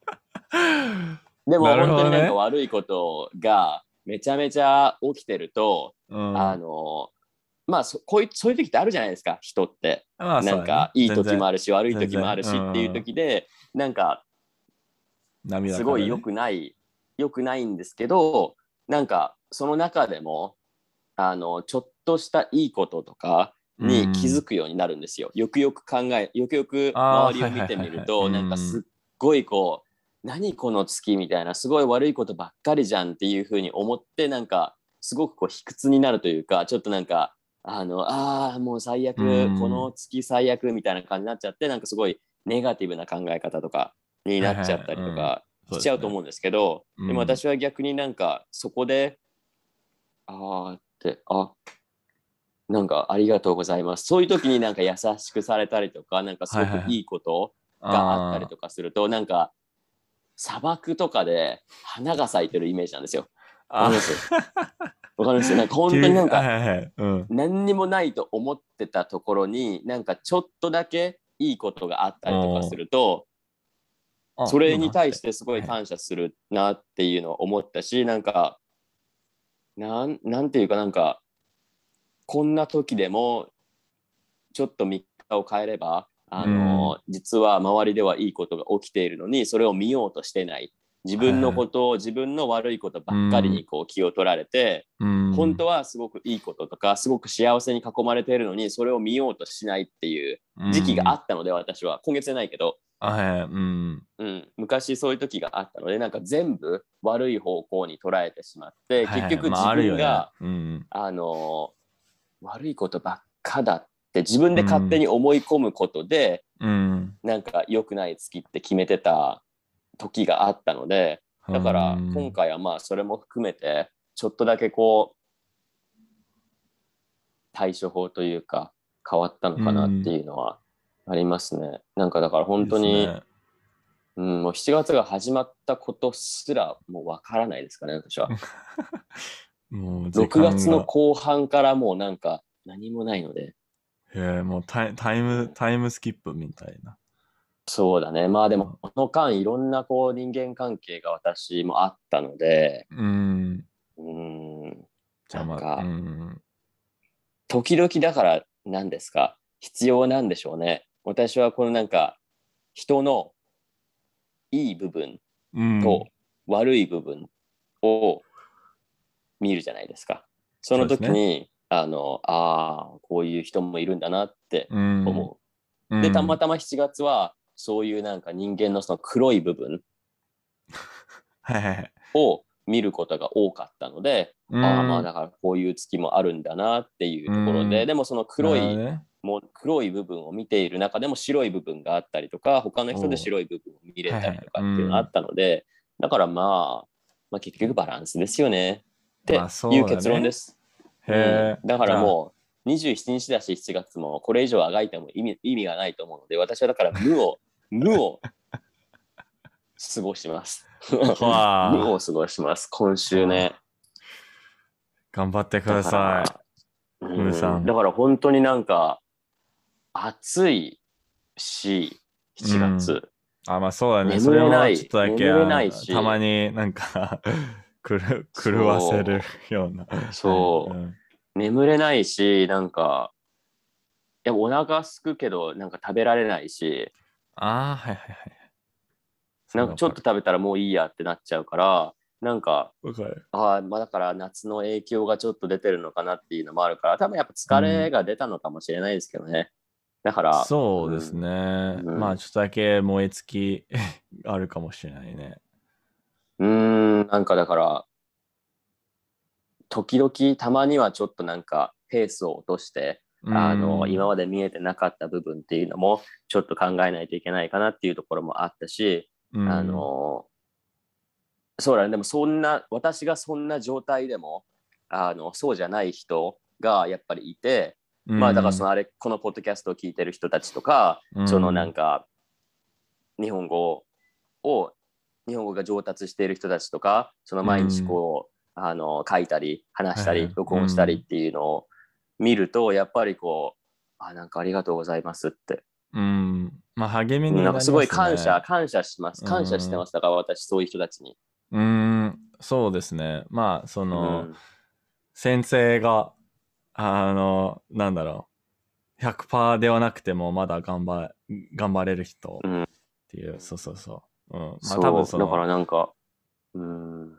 でもなる本当になんかほどね。 悪いことがめちゃめちゃ起きてると、 うん。 あの、まあそういう時ってあるじゃないですか、人って。 まあ、 なんそうだね。 かいい全然。 時もあるし悪い時もあ全然。うるしっていうん。 時で、なんかすごい涙からね。 良くないんですけど、なんかその中でもちょっとしたいいこととかうに気づん。 くようになるんですよ。よくよくああ、はい周りを見てはいはいはい。うみると、なんかすん。 っごいこう、何この月みたいな、すごい悪いことばっかりじゃんっていうふうに思って、なんかすごくこう卑屈になるというか、ちょっとなんか、もう最う悪、このん。 月最悪みたいな感じになっちゃって、なんかすごいネガティブな考え方とかにはいはいはい。 なっちゃったうん。 りとかしそうですね。 ちゃうと思うんですけど、でもうん。 私は逆になんかそこで、なんかありがとうございます。そういう時になんか優しくされたりとか、なんかすはいはいはい。 ごくいいことがあったりあとかすると、なんか砂漠とかで花が咲いてるイメージなんですよ。わかあ。 ります？わかりますなんか本当に急、 なんかはいはいはい。うん。 何にもないと思ってたところに、なんかちょっとだけいいことがあったりとかすおると、そいいれになって。 対してすごいはい。 感謝するなっていうのを思ったし、なんか、なんていうかなんか、こんな時でもちょっと3日を変えれば、 うん。 実は周りではいいことが起きているのに、それを見ようとしてない。自分のはいはい。 ことを、自分の悪いことばうっかりにん。 こう気を取られて、 うん。 本当はすごくいいこととか、すごく幸せに囲まれているのに、それを見ようとしないっていうう時期があん。 ったので、私は。今月じゃないけど、 あ、はいはい。うん。 うん、昔そういう時があったので、なんか全部悪い方向に捉えてしまって、 はいはい。まあ、 結局自あるよね。 分が、 うん。 あの悪いことばっかだって自分で勝手うん。 に思い込むことで、 うん。 なんか良くない月って決めてた時があったので、 うだから今ん。 回はまあそれも含めて、ちょっとだけこう、対処法というか変わったのうかなってん。 いうのはありますね。なんかだからいいで本当に、 すね。 もう7月が始まったことすらもうわからないですかね、私は。 もう時 6月の間が。 後半からもうなんか何もないので、 もうタイムスキップみたいな。 そうだね。まあでも、この間いろんなこう人間関係が私もあったので、 うん。 うーん、 じゃあまあ、うなんか、 ん。 時々だから何ですか、必要なんでしょうね。私はこのなんか、人のいい部分うん。 と悪い部分を見るじゃないですか。そのそうですね。 時に、こういう人もいるんだなってうん。 思う。で、たまうん。 たま7月は、そういうなんか人間のその黒い部分はいはいはい。 を見ることが多かったので、 うまあん。 だからこういう月もあるんだなっていううところで、 ん。 でもそのなるほどね。 もう黒い部分を見ている中でも白い部分があったりとか、他の人でおう。 白い部分を見れたりはいはい。うとかっていうのがあっん。 たので、だからまあ結局バランスですよねっていうまあそうだね。 結論です。 へうん。 え。 だかじゃあ、 らもう27日だし7月もこれ以上あがいても意味がないと思うので、私はだから無を過ごします。無をは過ごします。今あ。 週ね。 はあ。頑張ってくだださい。 から、 ムーさん。 だから本当になんか暑いし、7 うん。 月。 あ、まあそうだね。そ眠れれない、 もちょっとだけ、 眠れないたまし、 になんか狂わせるそような。 う、 はい。うそん。 う、眠れないし、なんか、いやお腹すくけど、なんか食べられないし、 ああ、はいはいはい。そなんかれわかる。 ちょっと食べたらもういいやってなっちゃうから、なんか、 わかる。 まあだから夏の影響がちょっと出てるのかなっていうのもあるから、多分やっぱ疲れうん。 が出たのかもしれないですけどね。だから、 そうですうん、 ね。 うん、 まあちょっとだけ燃え尽きあるかもしれないね。 なんかだから、時々たまにはちょっとなんかペースを落として、 う今ん。 まで見えてなかった部分っていうのもちょっと考えないといけないかなっていうところもあったし、 うあん。 の、そうだね、でも私がそんな状態でも、そうじゃない人がやっぱりいて、 うまあだからん。 このポッドキャストを聞いてる人たちとか、 うそのなんん。 か日本語を日本語が上達している人たちとか、そのう毎日ん。 こう、書いたり、話したり、 はいはい。 録うん。 音したりっていうのを見ると、やっぱりこう、なんかありがとうございますって。 うん。まあ励みになりまなんかすごいすね。 感謝します。 う感謝してまん。 す。だから私、そういう人たちに。 うーん、そうですね。まあ、 うん。 先生が、なんだろ100%ではなくても、まだ頑張れる人うん。 っていう、そうそうそう。うん。まあ、多分そう。だからなんか、うん。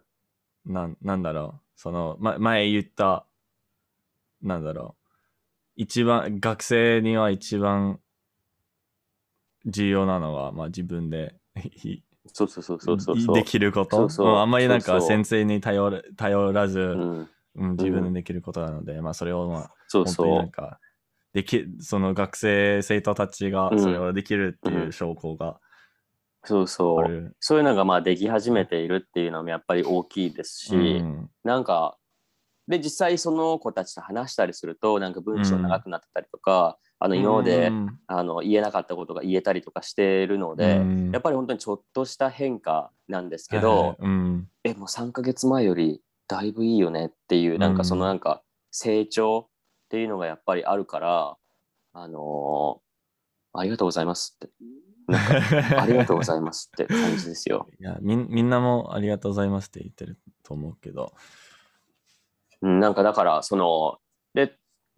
なんだろう。前言った、なんだろ学生には一番重要なのは、まあ自分でそうそうそうそうそうそできるこう。そうと、うん、あんそう。そうまりなんか先そ生に頼らず、 う。うん。 うん、自分でうん。 できることなので、まあそれをまあそう本当になんそかその生徒たちがう。うそれん。 をできるっていううん。 証拠がそうそう。 ある。 そういうのがまあでき始めているっていうのもやっぱり大きいですうし、 ん、 なんか、で、実際その子たちと話したりすると、なんか文章長うん、 くなってたりとか、 う今まで、 ん、 言えなかったことが言えたりとかしているのうで、やん、 っぱり本当にちょっとした変化なんですけはいはいはい、 ど、 うん、 もう3ヶ月前よりだいぶいいよねっていう、 うなんかそのなん。 んか成長っていうのがやっぱりあるから、あのありがとうございますって。なんか、ありがとうございますって感じですよ。 いや、みんなもありがとうございますって言ってると思うけど。 なんかだから、で、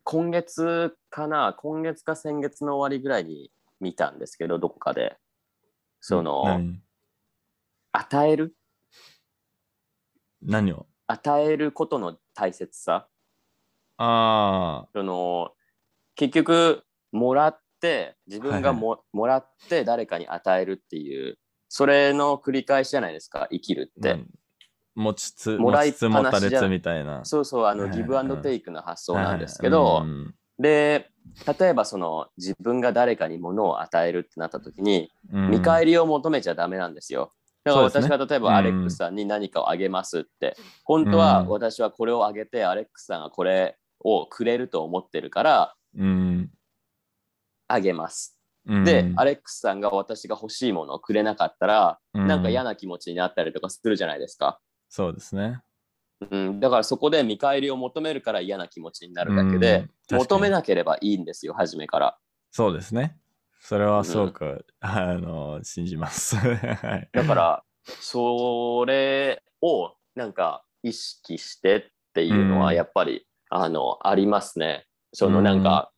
今月か先月の終わりぐらいに見たんですけど、どこかで。 何与える何を与えることの大切さ。 ああその、結局、自ー、はいはい。 分がもらって誰かに与えるっていう、それの繰り返しじゃないですか、生きるって。もらいっ持ちつ持たれつぱなしじゃ、 みたいな。 そうそう、 はいはいギブアンドテはい。 イクの発はいはい。 想なんですうけど、 ん。 で、例えば自分が誰かに物を与えるってなった時に、見うん。 返りを求めちゃダメなんですよ。だからそうですね。 私が例えばアレックスうん。 さんに何かをあげますって、本当はうん。 私はこれをあげてアレックスさんがこれをくれると思ってるからうん。 あげます。 うで、アん。 レックスさんが私が欲しいものをくれなかったら、なんかうん。 嫌な気持ちになったりとかするじゃないですか。 そうですね。 うん、だからそこで見返りを求めるから嫌な気持ちになるうだけで、 ん。確かに。 求めなければいいんですよ、初めから。 そうですね。 それはすごく、信じます。 だから、それをなんか意識してっていうのはやっぱり、ありますね。そのなんか、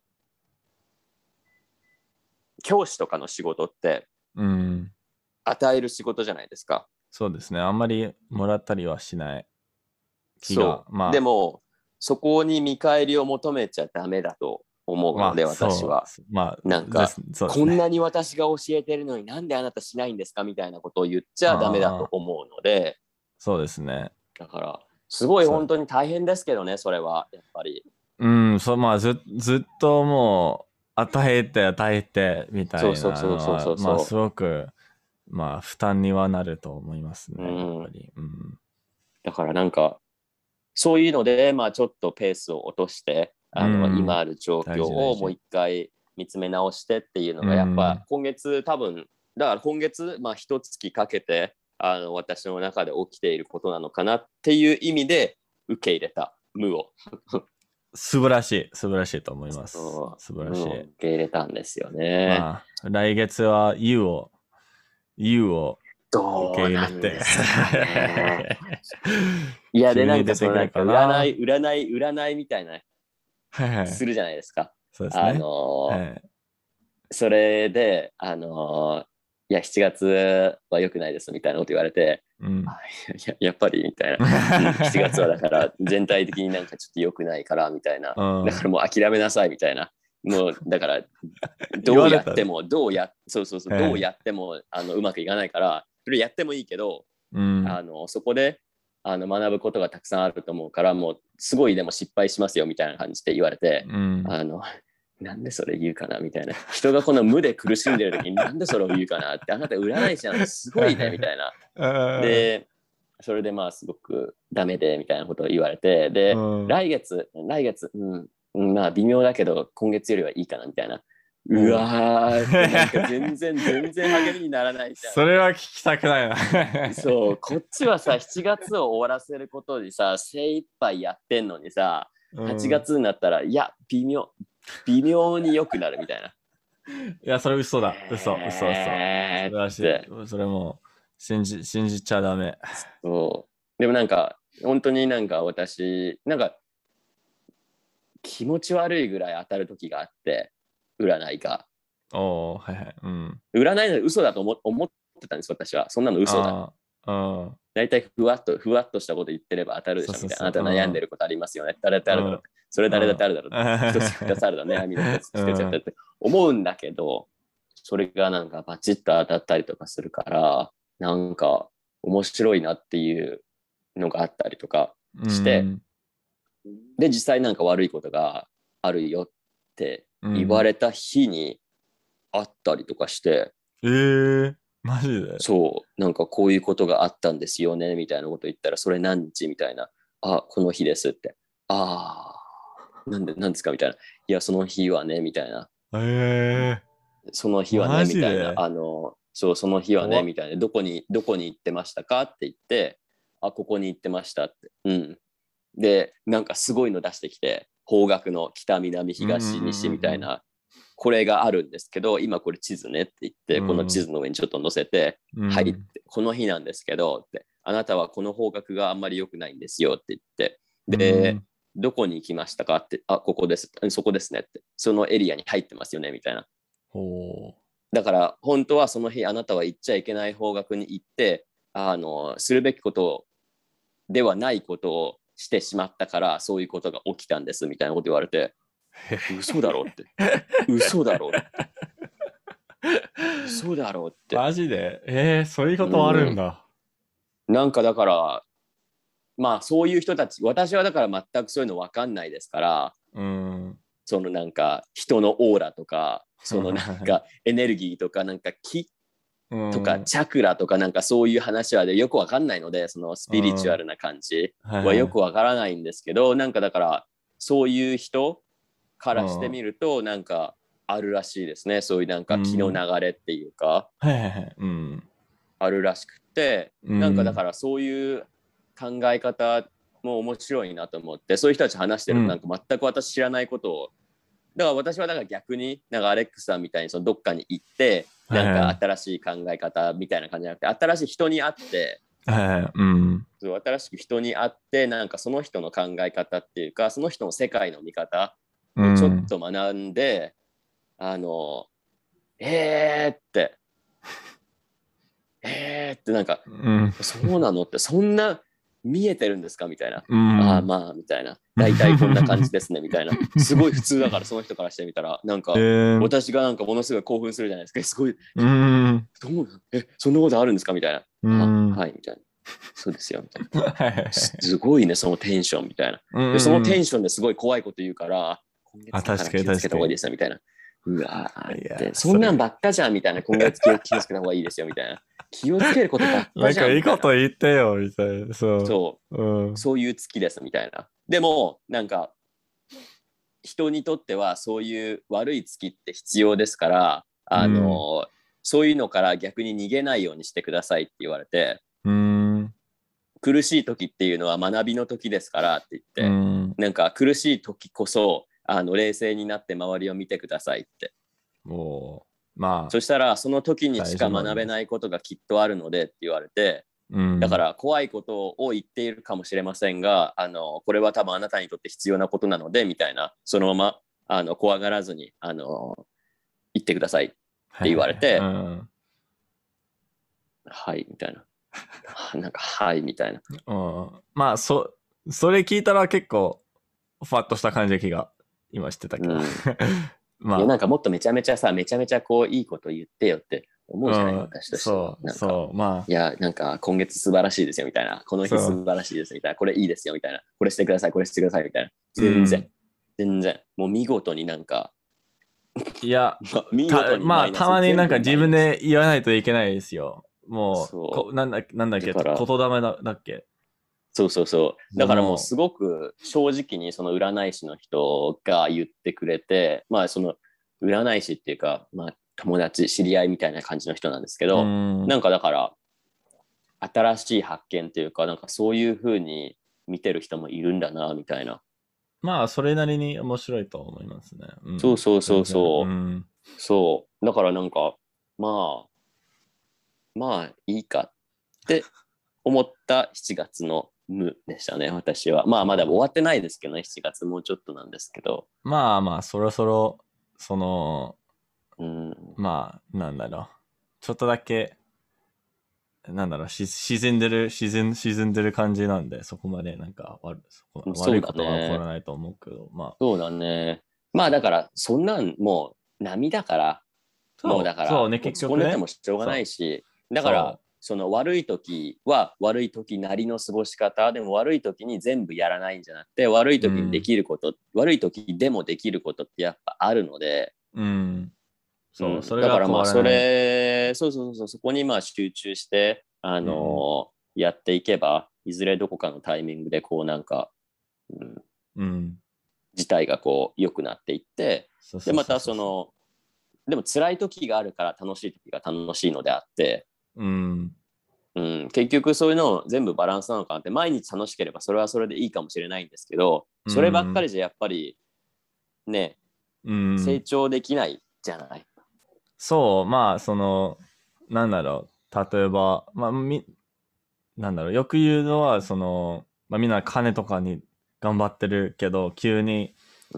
教師とかの仕事って、与える仕事じゃないですか。 そうですね。あんまりもらったりはしない気が。 そう。でも、そこに見返りを求めちゃダメだと思うので、私は。なんか、こんなに私が教えてるのになんであなたしないんですかみたいなことを言っちゃダメだと思うので。 そうですね。 だから、すごい本当に大変ですけどね、それは、やっぱり。 ずっともう、与えて、みたいなのは、すごく、負担にはなると思いますね、やっぱり。 だからなんか、そういうので、ちょっとペースを落として、今ある状況をもう一回見つめ直してっていうのが、やっぱ今月多分、だから今月、一月かけて、私の中で起きていることなのかなっていう意味で受け入れた無を。 素晴らしいと思います。素晴らしい。 受け入れたんですよね。 来月は U を受け入れて。 いや、で、なんかそのなんか占いみたいな、するじゃないですか。 そうですね。 それで、いや、7月は良くないですみたいなこと言われて、やっぱりみたいな。7月はだから全体的になんかちょっと良くないからみたいな。だからもう諦めなさいみたいな。もうだからどうやってもどうやってもうまくいかないからそれやってもいいけど、そこで学ぶことがたくさんあると思うからもうすごいでも失敗しますよみたいな感じで言われて、なんでそれ言うかなみたいな。人がこの無で苦しんでる時になんでそれを言うかなって、あなた占い師なんてすごいねみたいな。で、それですごくダメでみたいなことを言われて、で、来月、微妙だけど今月よりはいいかなみたいな。うわーってなんか全然励みにならないじゃん。 それは聞きたくないな。 そう、こっちはさ、7月を終わらせることにさ、精一杯やってんのにさ、8月になったら、いや、微妙に良くなるみたいな。 いや、それ嘘だ。嘘。それも信じちゃダメ。 そう。でもなんか、本当になんか私、なんか、気持ち悪いぐらい当たる時があって、占いが。占いの嘘だと思ってたんです、私は。そんなの嘘だ。大体ふわっとしたこと言ってれば当たるでしょみたいな。あなた悩んでることありますよね。誰だろう。それ誰だろう。一つ二つあるだね。悩みの一つって思うんだけど、それがなんかバチッと当たったりとかするから、なんか面白いなっていうのがあったりとかして、で、実際なんか悪いことがあるよって言われた日にあったりとかして、 マジで？ そう、なんかこういうことがあったんですよねみたいなこと言ったら、それ何日みたいな。この日ですって。なんですかみたいな。いや、その日はね、みたいな。その日はね、みたいな。その日はね、みたいな。どこに行ってましたかって言って、ここに行ってましたって。で、なんかすごいの出してきて、方角の北、南、東、西みたいな。これがあるんですけど、今これ地図ねって言って、この地図の上にちょっと載せて、はいって、この日なんですけどって、あなたはこの方角があんまり良くないんですよって言って、で、どこに行きましたかって、ここです、そこですねって、そのエリアに入ってますよねみたいな。だから本当はその日あなたは行っちゃいけない方角に行って、するべきことではないことをしてしまったからそういうことが起きたんですみたいなこと言われて、嘘だろって。嘘だろって。 マジで？そういうことあるんだ。 なんかだから、そういう人たち、私はだから全くそういうの分かんないですから、そのなんか人のオーラとか、そのなんかエネルギーとか、なんか気とかチャクラとかなんかそういう話はでよく分かんないので、そのスピリチュアルな感じはよく分からないんですけど、なんかだからそういう人からしてみるとなんかあるらしいですね。そういうなんか気の流れっていうか、あるらしくて、なんかだからそういう考え方も面白いなと思って、そういう人たち話してるとなんか全く私知らないことをだから私はだから逆になんかアレックスさんみたいにそのどっかに行ってなんか新しい考え方みたいな感じじゃなくて、新しい人に会ってそう新しく人に会ってなんかその人の考え方っていうかその人の世界の見方をちょっと学んで、ってなんか、そうなのってそんな見えてるんですかみたいな、ああまあみたいな、大体こんな感じですねみたいな、すごい普通だからその人からしてみたらなんか、私がなんかものすごい興奮するじゃないですか、すごいそんなことあるんですかみたいな、はいみたいな、そうですよみたいな、すごいねそのテンションみたいな、でそのテンションですごい怖いこと言うから、今月から気をつけた方がいいですよみたいな、うわーってそんなんばっかじゃんみたいな、今月気をつけた方がいいですよみたいな、気をつけることばっかじゃん。 なんかいいこと言ってよみたいな。 そういう月ですみたいな。でもなんか人にとってはそういう悪い月って必要ですから、そういうのから逆に逃げないようにしてくださいって言われて、苦しい時っていうのは学びの時ですからって言って、なんか苦しい時こそ冷静になって周りを見てくださいって。 まあ、 そしたらその時にしか学べないことがきっとあるのでって言われて、だから怖いことを言っているかもしれませんが、これは多分あなたにとって必要なことなのでみたいな、そのまま怖がらずに言ってくださいって言われて、はいみたいななんかはいみたいな、 まあそれ聞いたら結構ファッとした感じが今してたけど、 まあ、いやなんかもっとめちゃめちゃこういいこと言ってよって思うじゃない、私としては。まあ、いやなんか今月素晴らしいですよみたいな、この日素晴らしいですみたいな、これいいですよみたいな、これしてくださいこれしてくださいみたいな、全然もう見事になんかいやまあたまになんか自分で言わないといけないですよ。もうなんだっけ言霊だっけ。 そうだからもうすごく正直にその占い師の人が言ってくれて、まあその占い師っていうか、まあ友達知り合いみたいな感じの人なんですけど、なんかだから新しい発見っていうか、なんかそういう風に見てる人もいるんだなみたいな。 まあそれなりに面白いと思いますね。 そうだからなんかまあいいかって思った7月の無でしたね、私は。まあまだ終わってないですけどね、7月もうちょっとなんですけど。 まあそろそろそのまあなんだろう、ちょっとだけなんだろう、沈んでる感じなんで、そこまでなんか悪いことは起こらないと思うけど、まあ。 そうだね。まあだから、そんなんもう波だから、もうだから、そうね、結局ね、突っ込んでてもしょうがないし、だから、その悪い時は悪い時なりの過ごし方、でも悪い時に全部やらないんじゃなくて、悪い時にできること、悪い時でもできることってやっぱあるので、それがだからまあそこにまあ集中してやっていけば、いずれどこかのタイミングでこうなんか、事態がこう良くなっていって、でまたそのでも辛い時があるから楽しい時が楽しいのであって、結局そういうのを全部バランスなのかなって、毎日楽しければそれはそれでいいかもしれないんですけど、そればっかりじゃやっぱりね、成長できないじゃない。 そう、まあ、その、なんだろう、例えば、まあ、なんだろう、よく言うのは、その、まあ、みんな金とかに頑張ってるけど、急に、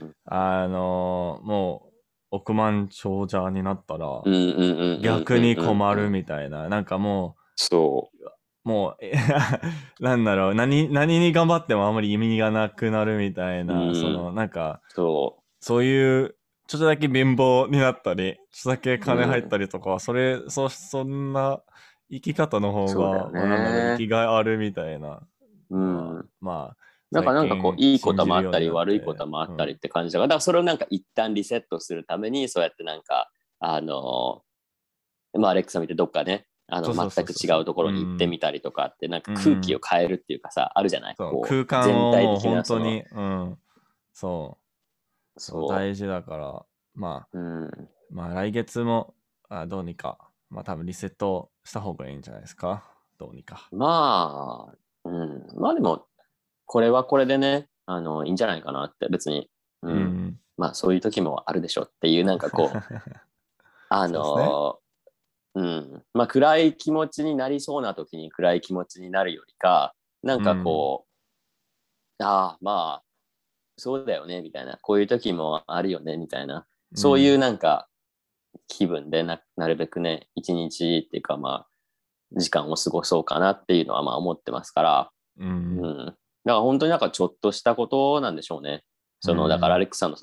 もう、億万長者になったら、逆に困るみたいな、なんかもう、なんだろう、何に頑張ってもあんまり意味がなくなるみたいな、その、なんか、そういう、ちょっとだけ貧乏になったり、ちょっとだけ金入ったりとか、そんな生き方の方が、まあ、なんだろう、生きがいあるみたいな。まあ、 なんかこう、いいこともあったり、悪いこともあったりって感じだから、だからそれをなんか一旦リセットするために、そうやってなんか、まあ、アレックさん見てどっかね、全く違うところに行ってみたりとかって、なんか空気を変えるっていうかさ、あるじゃない、こう空間をもう本当に、そう大事だから、まあ来月もどうにか、まあ多分リセットした方がいいんじゃないですか、どうにか。 まあでもこれはこれでね、いいんじゃないかなって、別に。 まあそういう時もあるでしょっていう、なんかこう、まあ暗い気持ちになりそうな時に暗い気持ちになるよりか、なんかこう、ああ、まあ、そうだよね、みたいな。こういう時もあるよね、みたいな。そういうなんか気分でなるべくね、一日っていうかまあ、時間を過ごそうかなっていうのはまあ思ってますから、だから本当になんかちょっとしたことなんでしょうね。だからアレックスさんの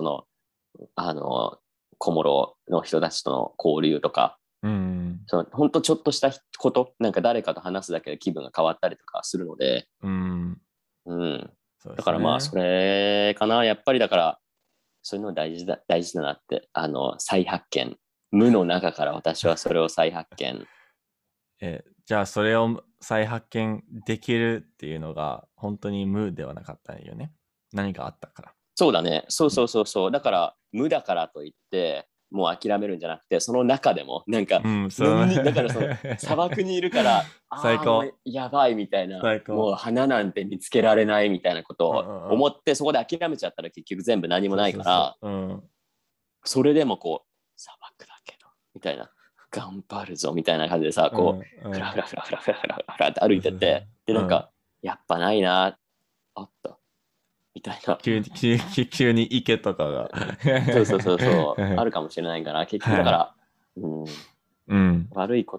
小諸の人たちとの交流とか、本当ちょっとしたこと、なんか誰かと話すだけで気分が変わったりとかするので、だからまあそれかな。やっぱりだから、そういうの大事だなって、再発見。無の中から私はそれを再発見。 じゃあそれを再発見できるっていうのが本当に無ではなかったよね。何かあったから。 そうだね。そう。だから無だからといってもう諦めるんじゃなくて、その中でもなんか、だから砂漠にいるから最高、 やばいみたいな、もう花なんて見つけられないみたいなことを思って、そこで諦めちゃったら結局全部何もないから、それでもこう砂漠だけどみたいな、頑張るぞみたいな感じでさ、こうフラフラって歩いてって、でなんかやっぱないな、あったみたいな、 急に池とかがそうあるかもしれないから、結局だから、悪い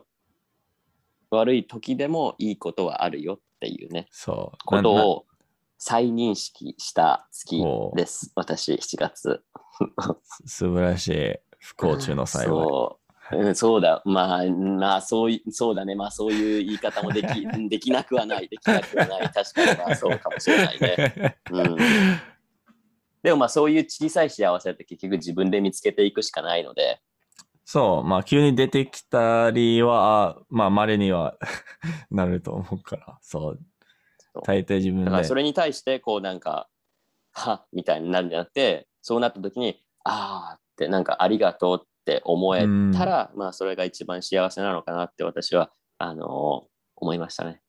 時でもいいことはあるよっていうね、ことを再認識した月です。私7月素晴らしい。不幸中の幸い。 そうだ。まあ、そうだね。まあ、そういう言い方もできなくはない。確かにまあ、そうかもしれないね。でもまあ、そういう小さい幸せって結局自分で見つけていくしかないので。 そう、まあ、急に出てきたりは、まあ、稀にはなると思うから、そう。大抵自分で。 だからそれに対して、こうなんか、みたいになるんじゃなくて、そうなった時に、って、なんかありがとうって思えたら、まあそれが一番幸せなのかなって私は、思いましたね。